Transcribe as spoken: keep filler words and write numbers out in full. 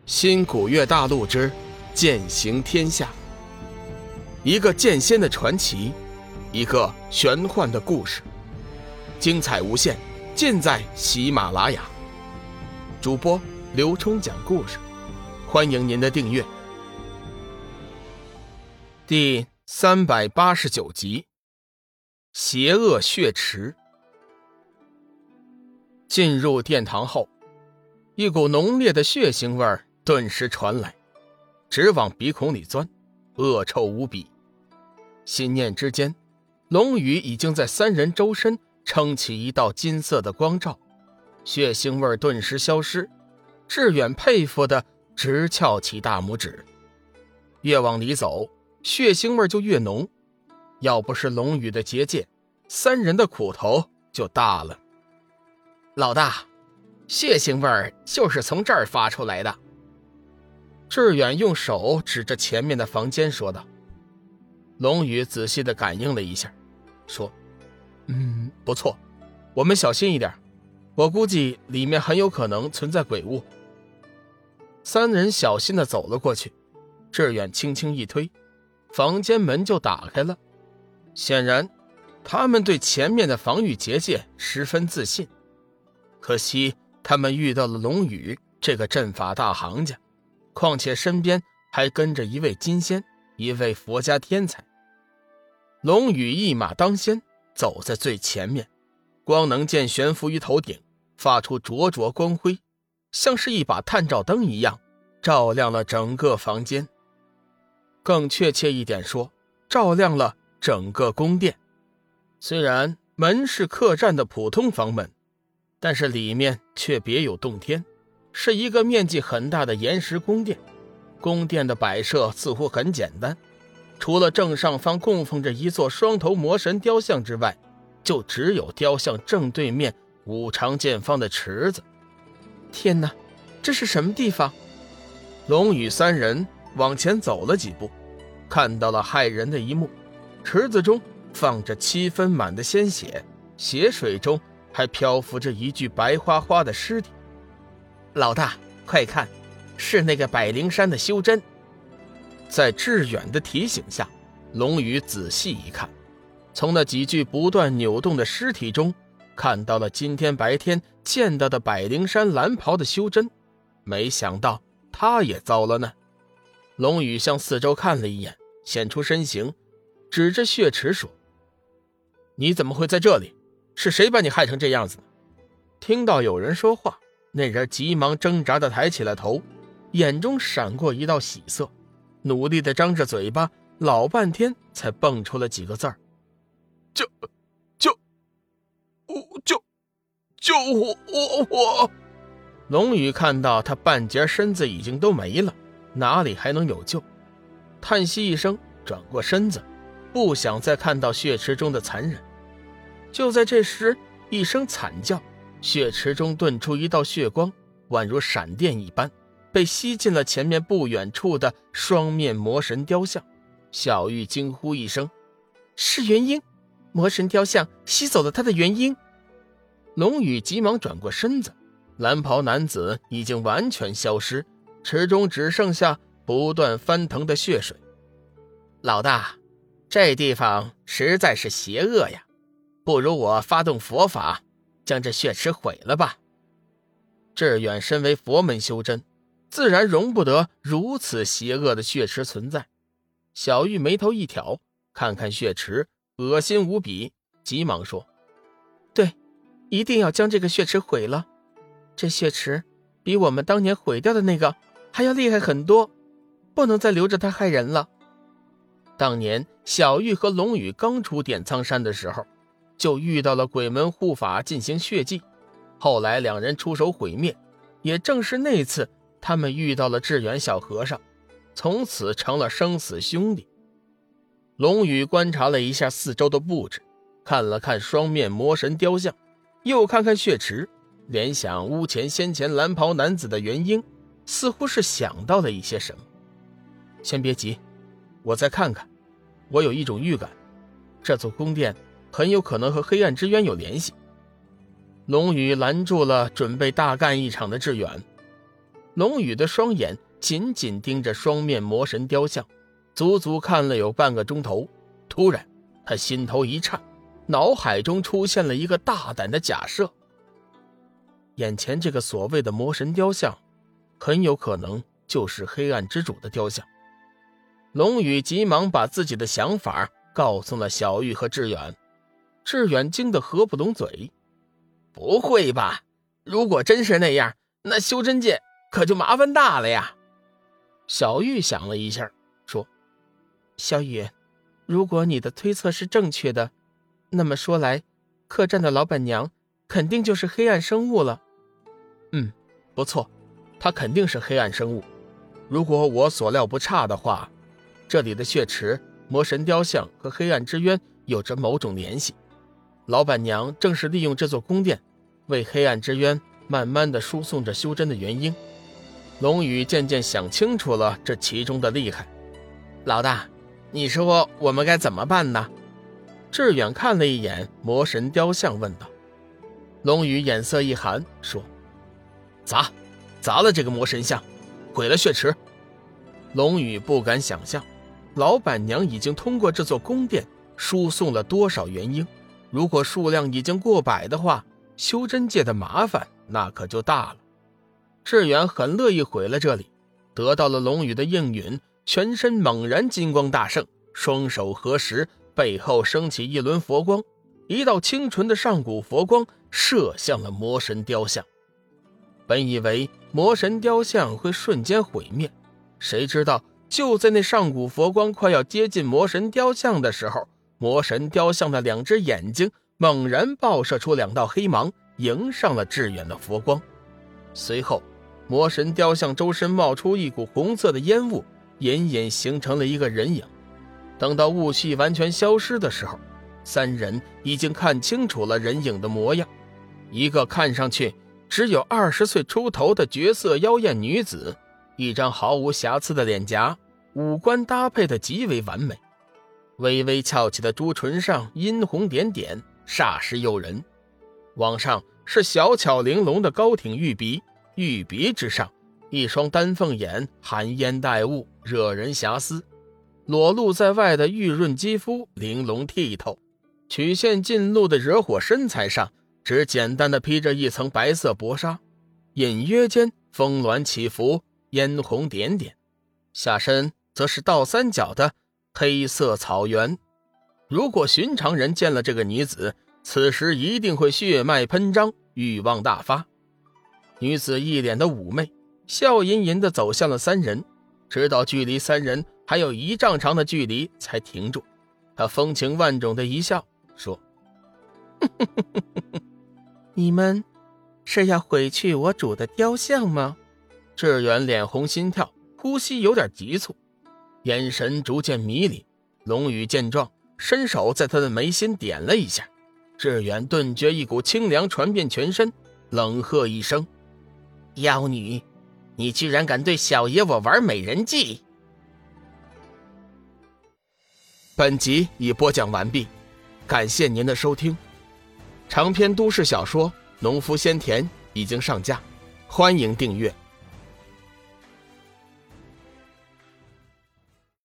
新古月大陆之剑行天下，一个剑仙的传奇，一个玄幻的故事，精彩无限，尽在喜马拉雅。主播刘冲讲故事，欢迎您的订阅。第三百八十九集，邪恶血池。进入殿堂后，一股浓烈的血腥味儿顿时传来，直往鼻孔里钻，恶臭无比。心念之间，龙宇已经在三人周身撑起一道金色的光照，血腥味顿时消失。志远佩服的直翘起大拇指。越往里走，血腥味就越浓，要不是龙宇的结界，三人的苦头就大了。老大，血腥味就是从这儿发出来的。志远用手指着前面的房间说道。龙宇仔细地感应了一下，说：嗯，不错，我们小心一点，我估计里面很有可能存在鬼物。三人小心地走了过去，志远轻轻一推，房间门就打开了。显然他们对前面的防御结界十分自信，可惜他们遇到了龙宇这个阵法大行家，况且身边还跟着一位金仙，一位佛家天才。龙宇一马当先，走在最前面，光能剑悬浮于头顶，发出灼灼光辉，像是一把探照灯一样，照亮了整个房间。更确切一点说，照亮了整个宫殿。虽然门是客栈的普通房门，但是里面却别有洞天，是一个面积很大的岩石宫殿。宫殿的摆设似乎很简单，除了正上方供奉着一座双头魔神雕像之外，就只有雕像正对面五常见方的池子。天哪，这是什么地方？龙宇三人往前走了几步，看到了骇人的一幕。池子中放着七分满的鲜血，血水中还漂浮着一具白花花的尸体。老大，快看，是那个百灵山的修真。在志远的提醒下，龙宇仔细一看，从那几具不断扭动的尸体中看到了今天白天见到的百灵山蓝袍的修真。没想到他也遭了难。龙宇向四周看了一眼，显出身形，指着血池说：你怎么会在这里？是谁把你害成这样子呢？听到有人说话，那人急忙挣扎地抬起了头，眼中闪过一道喜色，努力地张着嘴巴，老半天才蹦出了几个字儿：救救救救我我我龙宇看到他半截身子已经都没了，哪里还能有救？叹息一声，转过身子，不想再看到血池中的残忍。就在这时，一声惨叫，血池中遁出一道血光，宛如闪电一般，被吸进了前面不远处的双面魔神雕像。小玉惊呼一声：是元婴！魔神雕像吸走了他的元婴！龙宇急忙转过身子，蓝袍男子已经完全消失，池中只剩下不断翻腾的血水。老大，这地方实在是邪恶呀，不如我发动佛法，将这血池毁了吧。志远身为佛门修真，自然容不得如此邪恶的血池存在。小玉眉头一挑，看看血池，恶心无比，急忙说：对，一定要将这个血池毁了。这血池比我们当年毁掉的那个还要厉害很多，不能再留着它害人了。当年小玉和龙宇刚出点苍山的时候，就遇到了鬼门护法进行血祭，后来两人出手毁灭，也正是那次他们遇到了志远小和尚，从此成了生死兄弟。龙宇观察了一下四周的布置，看了看双面魔神雕像，又看看血池，联想屋前先前蓝袍男子的原因，似乎是想到了一些什么。先别急，我再看看，我有一种预感，这座宫殿很有可能和黑暗之渊有联系。龙宇拦住了准备大干一场的志远。 龙宇的双眼紧紧盯着双面魔神雕像，足足看了有半个钟头。突然他心头一颤，脑海中出现了一个大胆的假设：眼前这个所谓的魔神雕像很有可能就是黑暗之主的雕像。龙宇急忙把自己的想法告诉了小玉和志远。志远惊得合不拢嘴：不会吧，如果真是那样，那修真界可就麻烦大了呀。小玉想了一下说：小雨，如果你的推测是正确的，那么说来，客栈的老板娘肯定就是黑暗生物了。嗯，不错，她肯定是黑暗生物。如果我所料不差的话，这里的血池、魔神雕像和黑暗之渊有着某种联系。老板娘正是利用这座宫殿，为黑暗之渊慢慢地输送着修真的元婴。龙宇渐渐想清楚了这其中的厉害。老大，你说我们该怎么办呢？志远看了一眼魔神雕像问道。龙宇眼色一寒说：砸砸了这个魔神像，毁了血池。龙宇不敢想象老板娘已经通过这座宫殿输送了多少元婴，如果数量已经过百的话，修真界的麻烦那可就大了。志远很乐意毁了这里，得到了龙宇的应允，全身猛然金光大盛，双手合十，背后升起一轮佛光，一道清纯的上古佛光射向了魔神雕像。本以为魔神雕像会瞬间毁灭，谁知道就在那上古佛光快要接近魔神雕像的时候，魔神雕像的两只眼睛猛然爆射出两道黑芒，迎上了致远的佛光。随后魔神雕像周身冒出一股红色的烟雾，隐隐形成了一个人影。等到雾气完全消失的时候，三人已经看清楚了人影的模样。一个看上去只有二十岁出头的绝色妖艳女子，一张毫无瑕疵的脸颊，五官搭配的极为完美，微微翘起的朱唇上殷红点点，煞是诱人。往上是小巧玲珑的高挺玉鼻，玉鼻之上一双丹凤眼含烟带雾，惹人遐思。裸露在外的玉润肌肤玲珑剔透，曲线尽露的惹火身材上只简单的披着一层白色薄纱，隐约间峰峦起伏，嫣红点点，下身则是倒三角的黑色草原。如果寻常人见了这个女子，此时一定会血脉喷张，欲望大发。女子一脸的妩媚，笑吟吟地走向了三人，直到距离三人还有一丈长的距离才停住。她风情万种的一笑说：你们是要毁去我主的雕像吗？志远脸红心跳，呼吸有点急促，眼神逐渐迷离。龙宇见状，伸手在他的眉心点了一下，志远顿觉一股清凉传遍全身，冷喝一声：妖女，你居然敢对小爷我玩美人计！本集已播讲完毕，感谢您的收听。长篇都市小说《农夫先田》已经上架，欢迎订阅。